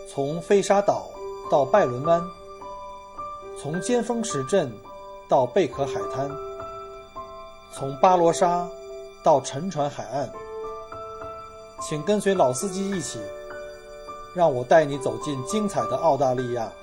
从飞沙岛到拜伦湾，从尖峰石镇到贝壳海滩，从巴罗沙到沉船海岸，请跟随老司机一起，让我带你走进精彩的澳大利亚。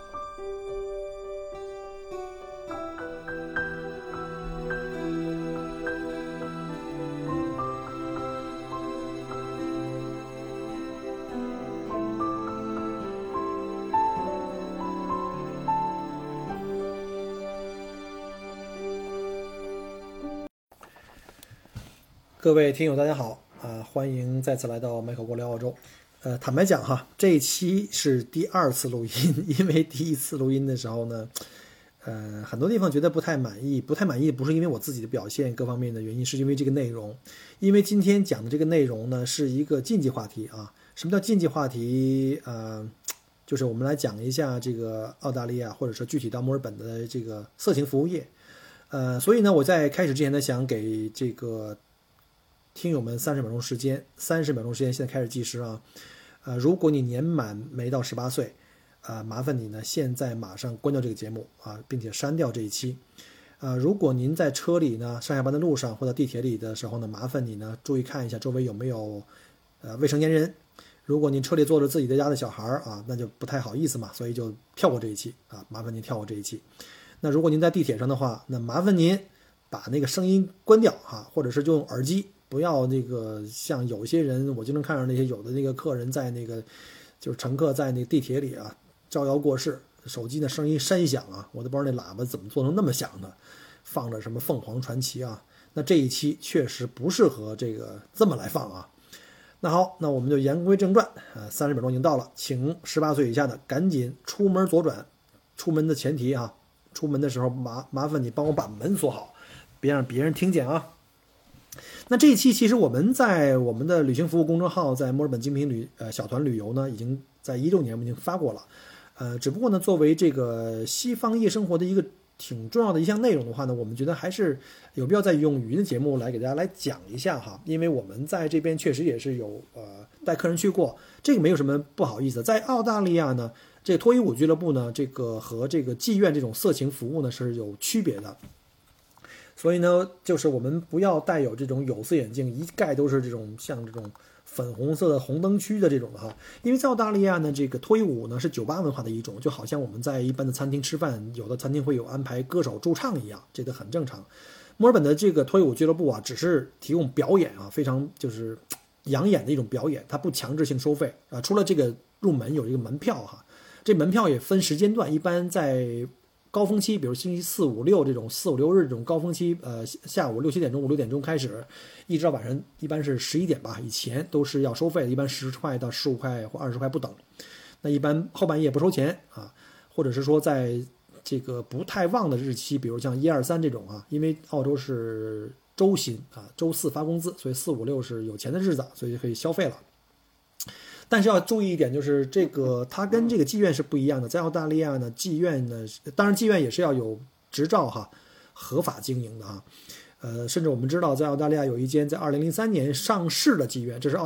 各位听友大家好，欢迎再次来到麦克国聊澳洲。坦白讲哈，这一期是第二次录音，因为第一次录音的时候呢，很多地方觉得不太满意不是因为我自己的表现各方面的原因，是因为这个内容。因为今天讲的这个内容呢是一个禁忌话题啊。什么叫禁忌话题？就是我们来讲一下这个澳大利亚或者说具体到墨尔本的这个色情服务业。所以呢，我在开始之前呢，想给这个听友们30秒钟时间，现在开始计时啊。如果你年满没到18岁，麻烦你呢现在马上关掉这个节目啊，并且删掉这一期。如果您在车里呢上下班的路上或者地铁里的时候呢，麻烦你呢注意看一下周围有没有未成年人。如果您车里坐着自己的家的小孩啊，那就不太好意思嘛，所以就跳过这一期啊，麻烦您跳过这一期。那如果您在地铁上的话，那麻烦您把那个声音关掉啊，或者是就用耳机。不要那个像有些人，我经常看到那些有的那个客人在那个就是乘客在那个地铁里啊招摇过市，手机的声音山响啊，我都不知道那喇叭怎么做成那么响的，放着什么凤凰传奇啊。那这一期确实不适合这个这么来放啊。那好，那我们就言归正传30秒钟已经到了，请18岁以下的赶紧出门左转。出门的前提啊，出门的时候麻烦你帮我把门锁好，别让别人听见啊。那这一期其实我们在我们的旅行服务公众号，在墨尔本精品小团旅游呢，已经在16年我们已经发过了。只不过呢，作为这个西方夜生活的一个挺重要的一项内容的话呢，我们觉得还是有必要再用语音的节目来给大家来讲一下哈，因为我们在这边确实也是有带客人去过，这个没有什么不好意思。在澳大利亚呢，这个脱衣舞俱乐部呢，这个和这个妓院这种色情服务呢是有区别的。所以呢，就是我们不要戴有这种有色眼镜，一概都是这种像这种粉红色的红灯区的这种的哈。因为在澳大利亚呢，这个脱衣舞呢是酒吧文化的一种，就好像我们在一般的餐厅吃饭，有的餐厅会有安排歌手驻唱一样，这个很正常。墨尔本的这个脱衣舞俱乐部啊，只是提供表演啊，非常就是养眼的一种表演，它不强制性收费啊。除了这个入门有一个门票哈，这门票也分时间段，一般在高峰期，比如星期4、5、6这种4、5、6日这种高峰期，下午6、7点钟、5、6点钟开始，一直到晚上一般是11点吧，以前都是要收费的，一般10块到15块或20块不等。那一般后半夜不收钱啊，或者是说在这个不太旺的日期，比如像1、2、3这种啊，因为澳洲是周薪啊，周4发工资，所以4、5、6是有钱的日子，所以就可以消费了。但是要注意一点，就是这个它跟这个妓院是不一样的。在澳大利亚呢，妓院呢，当然妓院也是要有执照哈，合法经营的哈。甚至我们知道，在澳大利亚有一间在2003年上市的妓院，这是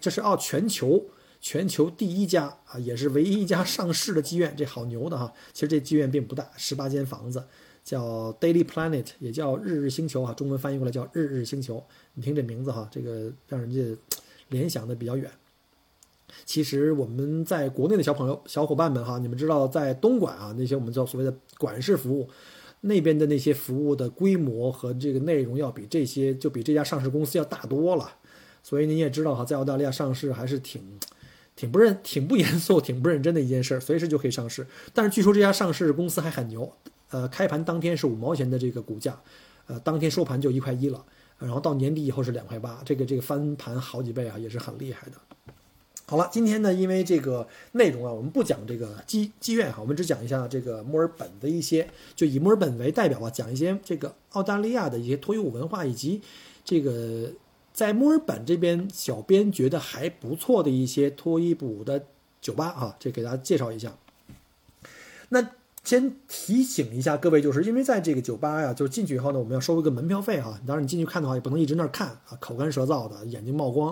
全球第一家啊，也是唯一一家上市的妓院，这好牛的哈。其实这妓院并不大，18间房子，叫 Daily Planet， 也叫日日星球哈，中文翻译过来叫日日星球。你听这名字哈，这个让人家联想的比较远。其实我们在国内的小伙伴们哈，你们知道在东莞啊，那些我们叫所谓的管事服务，那边的那些服务的规模和这个内容要比这家上市公司要大多了。所以你也知道哈，在澳大利亚上市还是挺不严肃、挺不认真的一件事，随时就可以上市。但是据说这家上市公司还很牛，开盘当天是5毛钱的这个股价，当天收盘就1块1了，然后到年底以后是2块8，这个翻盘好几倍啊，也是很厉害的。好了，今天呢，因为这个内容啊，我们不讲这个妓院哈，我们只讲一下这个墨尔本的一些，就以墨尔本为代表啊，讲一些这个澳大利亚的一些脱衣舞文化，以及这个在墨尔本这边小编觉得还不错的一些脱衣舞的酒吧啊，这给大家介绍一下。那先提醒一下各位，就是因为在这个酒吧呀，就是进去以后呢，我们要收一个门票费哈。当然你进去看的话，也不能一直那儿看啊，口干舌燥的，眼睛冒光。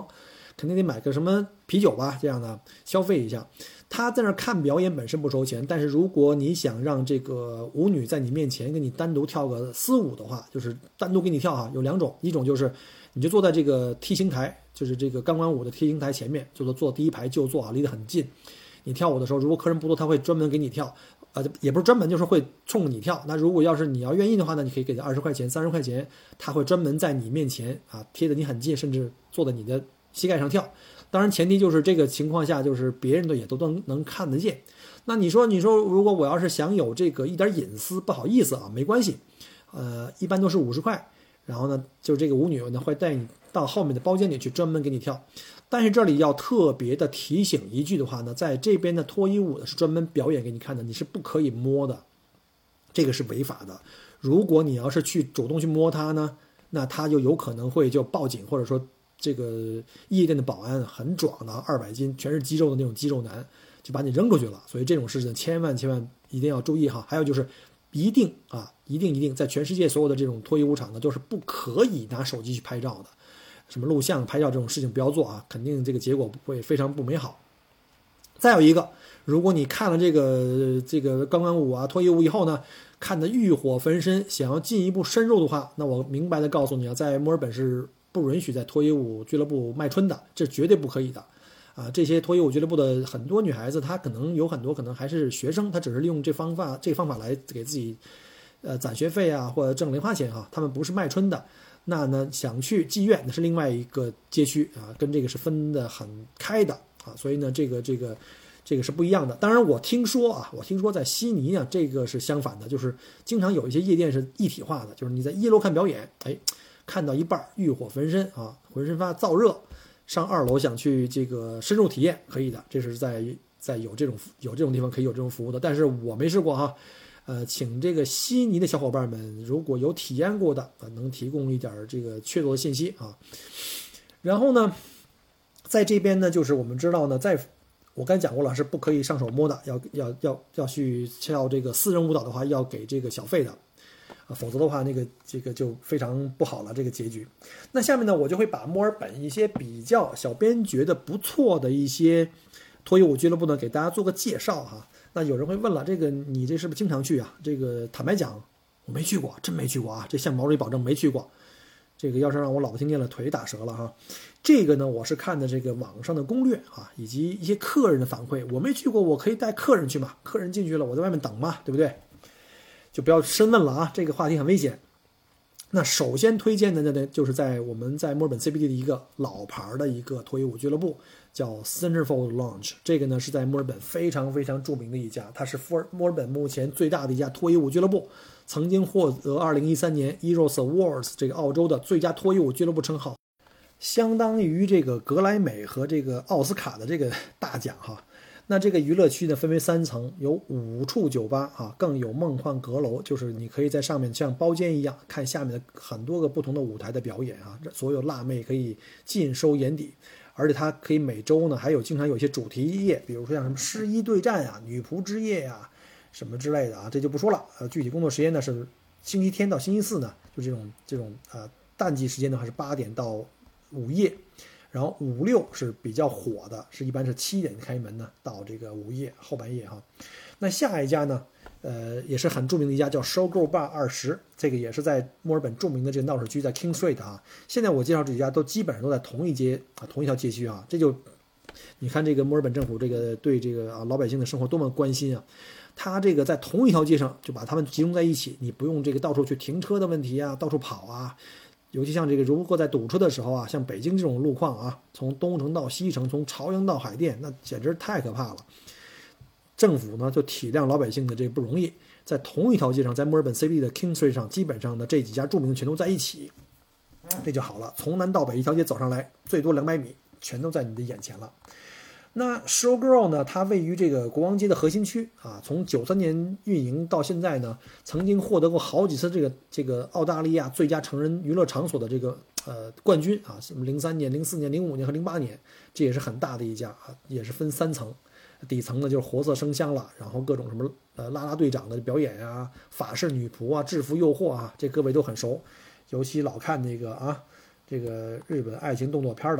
肯定得买个什么啤酒吧这样的消费一下。他在那儿看表演本身不收钱，但是如果你想让这个舞女在你面前给你单独跳个私舞的话，就是单独给你跳哈，有2种，一种就是你就坐在这个梯形台，就是这个钢管舞的梯形台前面，坐第一排就坐啊，离得很近。你跳舞的时候，如果客人不多，他会专门给你跳，也不是专门，就是会冲着你跳。那如果要是你要愿意的话呢，你可以给他20块钱、30块钱，他会专门在你面前啊贴得你很近，甚至坐在你的膝盖上跳。当然前提就是这个情况下，就是别人的也都能看得见。那你说，如果我要是想有这个一点隐私，不好意思啊，没关系，一般都是50块，然后呢，就这个舞女呢会带你到后面的包间里去，专门给你跳。但是这里要特别的提醒一句的话呢，在这边的脱衣舞呢是专门表演给你看的，你是不可以摸的，这个是违法的。如果你要是主动去摸它呢，那他就有可能会就报警，或者说这个夜店的保安很壮的200斤全是肌肉的那种肌肉男就把你扔出去了。所以这种事情千万一定要注意哈。还有就是一定在全世界所有的这种脱衣舞场呢，都是不可以拿手机去拍照的，什么录像拍照这种事情不要做啊，肯定这个结果会非常不美好。再有一个，如果你看了这个钢管舞啊脱衣舞以后呢，看得欲火焚身，想要进一步深入的话，那我明白的告诉你啊，在墨尔本是不允许在脱衣舞俱乐部卖春的，这绝对不可以的啊！这些脱衣舞俱乐部的很多女孩子，她可能有很多可能还是学生，她只是利用这个方法来给自己攒学费啊，或者挣零花钱啊，他们不是卖春的。那呢，想去妓院那是另外一个街区啊，跟这个是分得很开的啊，所以呢，这个是不一样的。当然，我听说在悉尼啊，这个是相反的，就是经常有一些夜店是一体化的，就是你在1楼看表演，看到一半欲火焚身啊，浑身发燥热，上2楼想去这个深入体验，可以的，这是在有这种地方可以有这种服务的，但是我没试过哈。请这个悉尼的小伙伴们，如果有体验过的能提供一点这个确凿的信息啊。然后呢，在这边呢，就是我们知道呢，我刚才讲过了，是不可以上手摸的，要去跳这个私人舞蹈的话，要给这个小费的。否则的话，这个就非常不好了，这个结局。那下面呢，我就会把墨尔本一些比较小编觉得不错的一些脱衣舞俱乐部呢，给大家做个介绍哈。那有人会问了，这个你这是不是经常去啊？这个坦白讲，我没去过，真没去过啊！这向毛主席保证没去过。这个要是让我老婆听见了，腿打折了哈。这个呢，我是看的这个网上的攻略啊，以及一些客人的反馈。我没去过，我可以带客人去嘛？客人进去了，我在外面等嘛，对不对？就不要深问了啊，这个话题很危险。那首先推荐的呢，就是我们在墨尔本 CBD 的一个老牌的一个脱衣舞俱乐部，叫 Centerfold Lounge。这个呢是在墨尔本非常非常著名的一家，它是墨尔本目前最大的一家脱衣舞俱乐部，曾经获得2013年 Eros Awards 这个澳洲的最佳脱衣舞俱乐部称号，相当于这个格莱美和这个奥斯卡的这个大奖哈。那这个娱乐区呢分为3层，有5处酒吧啊，更有梦幻阁楼，就是你可以在上面像包间一样看下面的很多个不同的舞台的表演啊，所有辣妹可以尽收眼底。而且它可以每周呢还经常有一些主题夜，比如说像什么诗衣对战啊、女仆之夜啊什么之类的啊，这就不说了。具体工作时间呢是星期天到星期四呢，就这种淡季时间的话是8点到午夜。然后5、6是比较火的，一般是7点开门呢，到这个午夜后半夜哈。那下一家呢，也是很著名的一家叫 Showgirl Bar 20，这个也是在墨尔本著名的这个闹市区，在 King Street 啊。现在我介绍这几家都基本上都在同一条街区啊。这就你看这个墨尔本政府这个对这个老百姓的生活多么关心啊。他这个在同一条街上就把他们集中在一起，你不用这个到处去停车的问题啊，到处跑啊。尤其像这个，如果在堵车的时候啊，像北京这种路况啊，从东城到西城，从朝阳到海淀，那简直太可怕了。政府呢就体谅老百姓的这不容易，在同一条街上，在墨尔本 CBD 的 King Street 上，基本上呢这几家著名的全都在一起，这就好了。从南到北一条街走上来，最多200米，全都在你的眼前了。那 Showgirl 呢，它位于这个国王街的核心区啊，从93年运营到现在呢，曾经获得过好几次这个澳大利亚最佳成人娱乐场所的这个冠军啊，什么03年、04年、05年和08年，这也是很大的一家啊，也是分3层，底层呢就是活色生香了，然后各种什么啦啦队长的表演啊、法式女仆啊、制服诱惑啊，这各位都很熟，尤其老看这个日本爱情动作片的。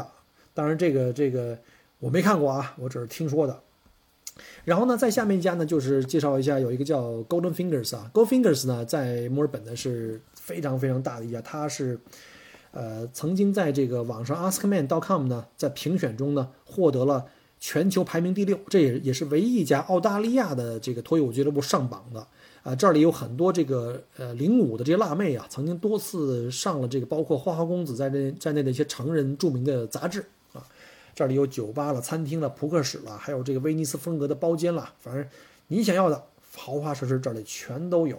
当然这个我没看过啊，我只是听说的。然后呢，在下面一家呢，就是介绍一下有一个叫 Golden Fingers 啊 ，Golden Fingers 呢在墨尔本呢是非常非常大的一家，它是曾经在这个网上 Askman.com 呢在评选中呢获得了全球排名第6，这也是唯一一家澳大利亚的这个脱衣舞俱乐部上榜的啊。这里有很多这个领舞的这些辣妹啊，曾经多次上了这个包括花花公子在内的一些成人著名的杂志啊。这里有酒吧了、餐厅了、扑克室了，还有这个威尼斯风格的包间了，反正你想要的豪华设施这里全都有。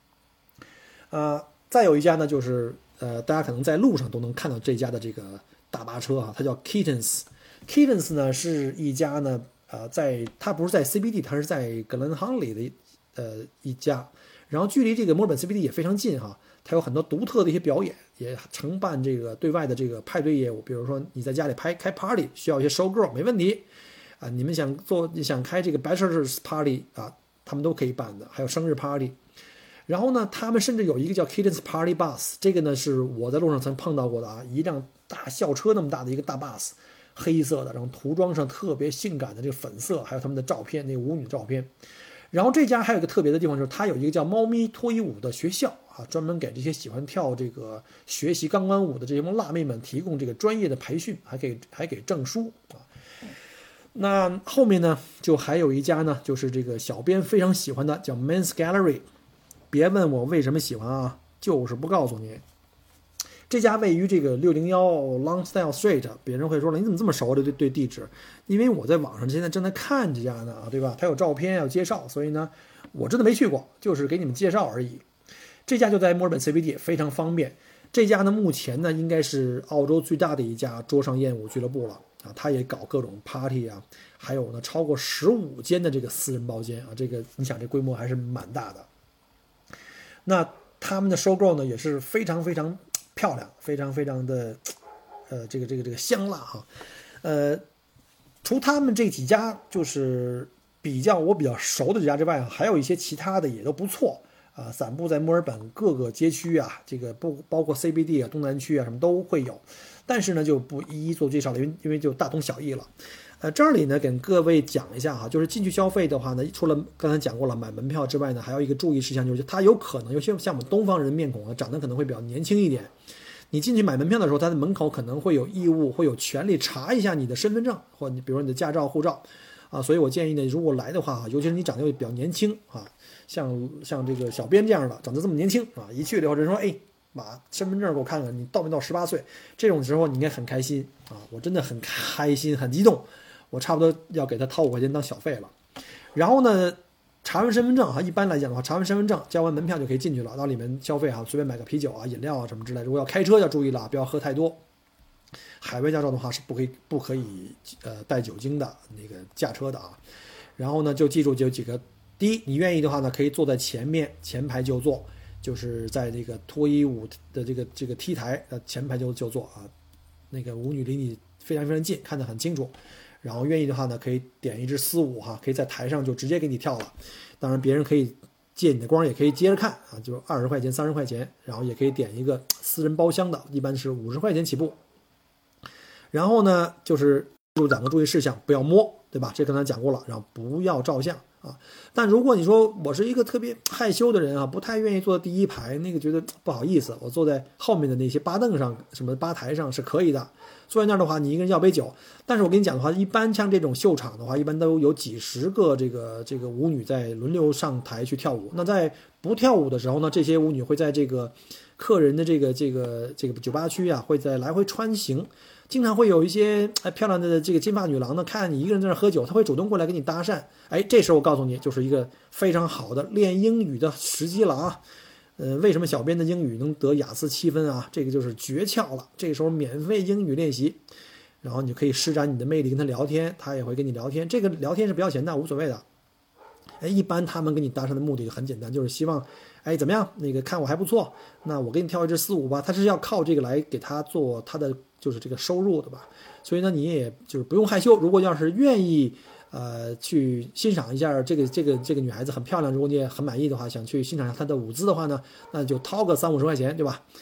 再有一家呢，就是大家可能在路上都能看到这家的这个大巴车啊，它叫 Kittens。Kittens 呢是一家呢，它不是在 CBD， 它是在 Glenhuntly 的一家，然后距离这个墨尔本 CBD 也非常近哈。它有很多独特的一些表演，也承办这个对外的这个派对业务，比如说你在家里开 party 需要一些 show girl 没问题啊，你们想开这个 bachelor's party 啊，他们都可以办的，还有生日 party。然后呢，他们甚至有一个叫 Kittens Party Bus， 这个呢是我在路上曾碰到过的啊，一辆大校车那么大的一个大 bus， 黑色的，然后涂装上特别性感的这个粉色，还有他们的照片，那个舞女照片。然后这家还有一个特别的地方，就是它有一个叫猫咪脱衣舞的学校啊，专门给这些喜欢跳这个学习钢管舞的这些辣妹们提供这个专业的培训，还给证书啊。那后面呢，就还有一家呢，就是这个小编非常喜欢的叫 Men's Gallery。别问我为什么喜欢啊，就是不告诉你。这家位于这个601 Lonsdale Street， 别人会说了，你怎么这么熟的对地址？因为我在网上现在正在看这家呢啊，对吧？它有照片有介绍，所以呢，我真的没去过，就是给你们介绍而已。这家就在墨尔本 CBD， 非常方便。这家呢，目前呢应该是澳洲最大的一家桌上艳舞俱乐部了啊，它也搞各种 party 啊，还有呢超过15间的这个私人包间啊，这个你想这规模还是蛮大的。那他们的show girl呢也是非常非常漂亮，非常非常的这个香辣哈。除他们这几家就是我比较熟的这家之外，还有一些其他的也都不错啊，散布在墨尔本各个街区啊，这个包括 CBD 啊、东南区啊什么都会有，但是呢就不一一做介绍了，因为就大同小异了。这里呢跟各位讲一下哈，就是进去消费的话呢，除了刚才讲过了买门票之外呢，还有一个注意事项，就是它有可能有些像我们东方人面孔啊，长得可能会比较年轻一点。你进去买门票的时候，它的门口可能会有义务，会有权利查一下你的身份证，或你比如说你的驾照、护照啊。所以我建议呢，如果来的话，尤其是你长得比较年轻啊，像这个小编这样的长得这么年轻啊，一去了以后人说，哎，把身份证给我看看，你到没到18岁？这种时候你应该很开心啊，我真的很开心，很激动。我差不多要给他掏5块钱当小费了。然后呢，查完身份证哈，一般来讲的话，查完身份证交完门票就可以进去了，到里面消费哈，随便买个啤酒啊、饮料啊什么之类的。如果要开车要注意了，不要喝太多。海外驾照的话是不可以带酒精的那个驾车的啊。然后呢，就记住就有几个，第一，你愿意的话呢，可以坐在前排就坐，就是在这个脱衣舞的这个 T 台前排就坐啊，那个舞女离你非常非常近，看得很清楚。然后愿意的话呢，可以点一支私舞哈，可以在台上就直接给你跳了。当然别人可以借你的光，也可以接着看啊，就20块钱、30块钱，然后也可以点一个私人包厢的，一般是50块钱起步。然后呢，就是2个注意事项，不要摸，对吧？这刚才讲过了，然后不要照相啊。但如果你说我是一个特别害羞的人啊，不太愿意坐第一排，那个觉得不好意思，我坐在后面的那些吧凳上、什么吧台上是可以的。坐在那儿的话，你一个人要杯酒。但是我跟你讲的话，一般像这种秀场的话，一般都有几十个这个舞女在轮流上台去跳舞。那在不跳舞的时候呢，这些舞女会在这个客人的这个酒吧区啊，会在来回穿行。经常会有一些漂亮的这个金发女郎呢，看你一个人在那喝酒，她会主动过来跟你搭讪。哎，这时候我告诉你，就是一个非常好的练英语的时机了啊。为什么小编的英语能得雅思7分啊？这个就是诀窍了。这个时候免费英语练习，然后你就可以施展你的魅力跟他聊天，他也会跟你聊天。这个聊天是不要钱的，无所谓的。一般他们跟你搭讪的目的很简单，就是希望，怎么样？那个看我还不错，那我给你跳一支私舞吧。他是要靠这个来给他做他的就是这个收入的吧。所以呢，你也就是不用害羞。如果要是愿意去欣赏一下这个女孩子很漂亮，如果你也很满意的话，想去欣赏一下她的舞姿的话呢，那就掏个30-50块钱，对吧？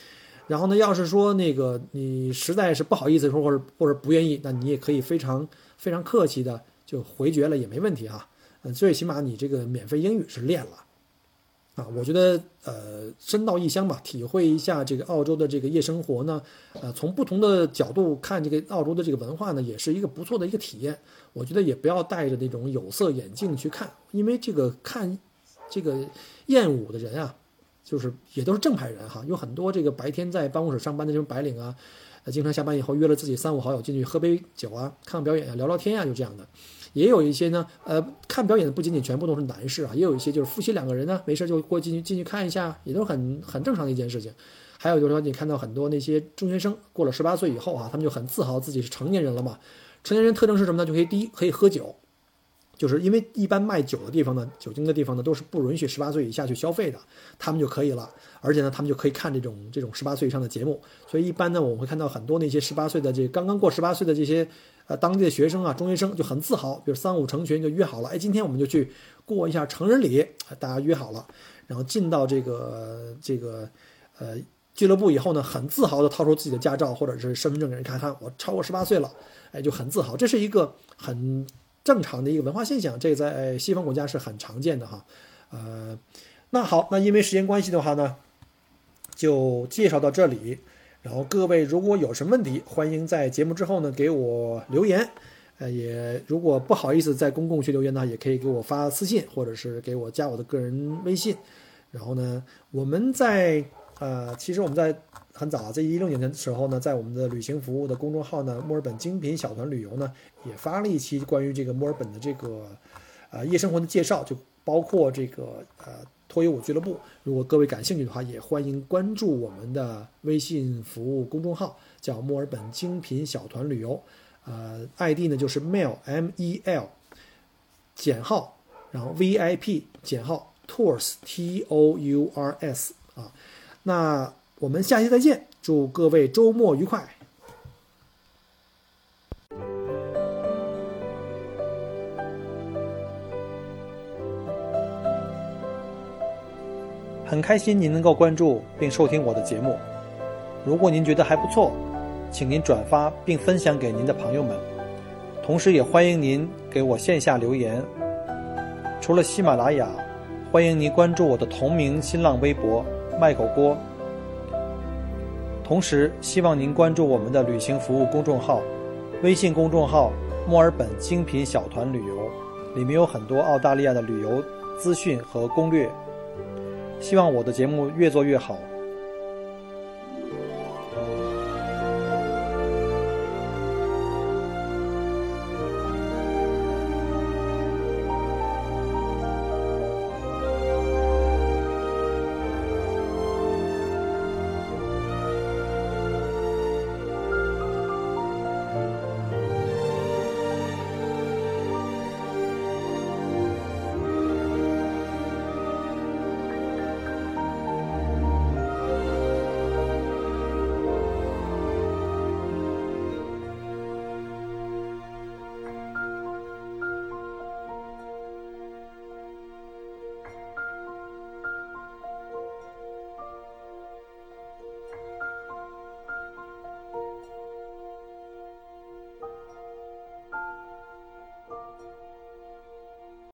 然后呢，要是说那个你实在是不好意思说或者不愿意，那你也可以非常非常客气的就回绝了也没问题哈。最起码你这个免费英语是练了啊。我觉得身到异乡吧，体会一下这个澳洲的这个夜生活呢，从不同的角度看这个澳洲的这个文化呢，也是一个不错的一个体验。我觉得也不要戴着那种有色眼镜去看，因为这个看这个艳舞的人啊，就是也都是正派人哈，有很多这个白天在办公室上班的这种白领啊，经常下班以后约了自己3、5好友进去喝杯酒啊，看表演啊，聊聊天啊，就这样的。也有一些呢，看表演的不仅仅全部都是男士啊，也有一些就是夫妻2个人呢，没事就过进去看一下，也都是很正常的一件事情。还有就是说，你看到很多那些中学生过了18岁以后啊，他们就很自豪自己是成年人了嘛。成年人特征是什么呢？就第一可以喝酒。就是因为一般卖酒的地方呢，酒精的地方呢，都是不允许18岁以下去消费的，他们就可以了。而且呢，他们就可以看这种18岁以上的节目。所以一般呢，我们会看到很多那些18岁的刚刚过18岁的这些当地的学生啊、中学生就很自豪，比如3、5成群就约好了，今天我们就去过一下成人礼，大家约好了，然后进到这个俱乐部以后呢，很自豪的掏出自己的驾照或者是身份证给人看，我超过18岁了，就很自豪。这是一个很正常的一个文化现象，这个在西方国家是很常见的哈。那好，那因为时间关系的话呢，就介绍到这里。然后各位如果有什么问题，欢迎在节目之后呢给我留言。也如果不好意思在公共区留言呢，也可以给我发私信，或者是给我加我的个人微信。然后呢，我们其实我们在很早，在2016年的时候呢，在我们的旅行服务的公众号呢，墨尔本精品小团旅游呢，也发了一期关于这个墨尔本的这个夜生活的介绍，就包括这个脱衣舞俱乐部。如果各位感兴趣的话，也欢迎关注我们的微信服务公众号，叫墨尔本精品小团旅游。ID 呢就是 MEL 减号，然后 VIP 减号 Tours TOURS 啊。那我们下期再见，祝各位周末愉快。很开心您能够关注并收听我的节目，如果您觉得还不错，请您转发并分享给您的朋友们，同时也欢迎您给我线下留言。除了喜马拉雅，欢迎您关注我的同名新浪微博麦口锅，同时希望您关注我们的旅行服务公众号，微信公众号墨尔本精品小团旅游，里面有很多澳大利亚的旅游资讯和攻略。希望我的节目越做越好，